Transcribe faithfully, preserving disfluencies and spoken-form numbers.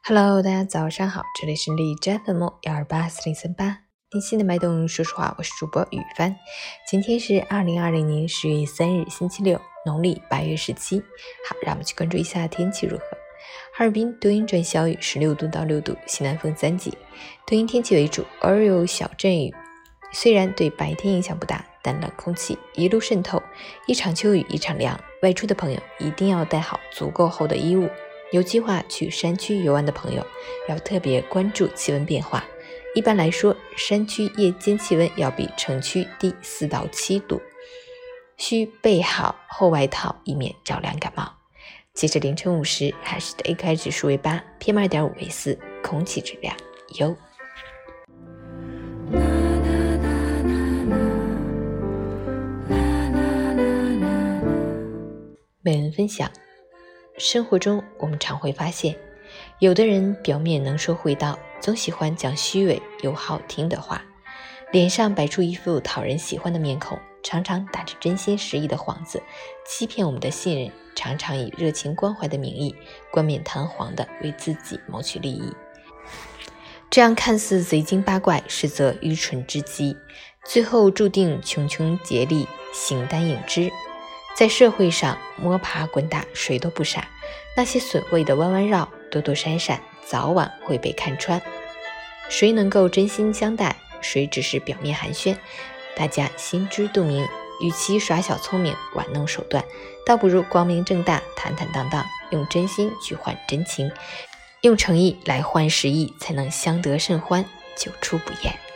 Hello， 大家早上好，这里是荔枝 F M 一二八四零三八，听心的脉动，说实话，我是主播雨帆。今天是二零二零年十月三日，星期六，农历八月十七。好，让我们去关注一下天气如何。哈尔滨多云转小雨，十六度到六度，西南风三级，多云天气为主，偶尔有小阵雨。虽然对白天影响不大，但冷空气一路渗透，一场秋雨一场凉，外出的朋友一定要带好足够厚的衣物。有计划去山区游玩的朋友要特别关注气温变化，一般来说山区夜间气温要比城区低四到七度，需备好厚外套以免着凉感冒。截至凌晨五时，海市的 A Q I 指数为八 P M 二点五 为四，空气质量优。每人分享，生活中我们常会发现，有的人表面能说会道，总喜欢讲虚伪又好听的话，脸上摆出一副讨人喜欢的面孔，常常打着真心实意的幌子，欺骗我们的信任，常常以热情关怀的名义，冠冕堂皇地为自己谋取利益。这样看似贼精八怪，实则愚蠢至极，最后注定穷穷竭力，形单影只。在社会上摸爬滚打，谁都不傻，那些所谓的弯弯绕、躲躲闪闪，早晚会被看穿。谁能够真心相待，谁只是表面寒暄，大家心知肚明。与其耍小聪明、玩弄手段，倒不如光明正大、坦坦荡荡，用真心去换真情，用诚意来换实意，才能相得甚欢，久处不厌。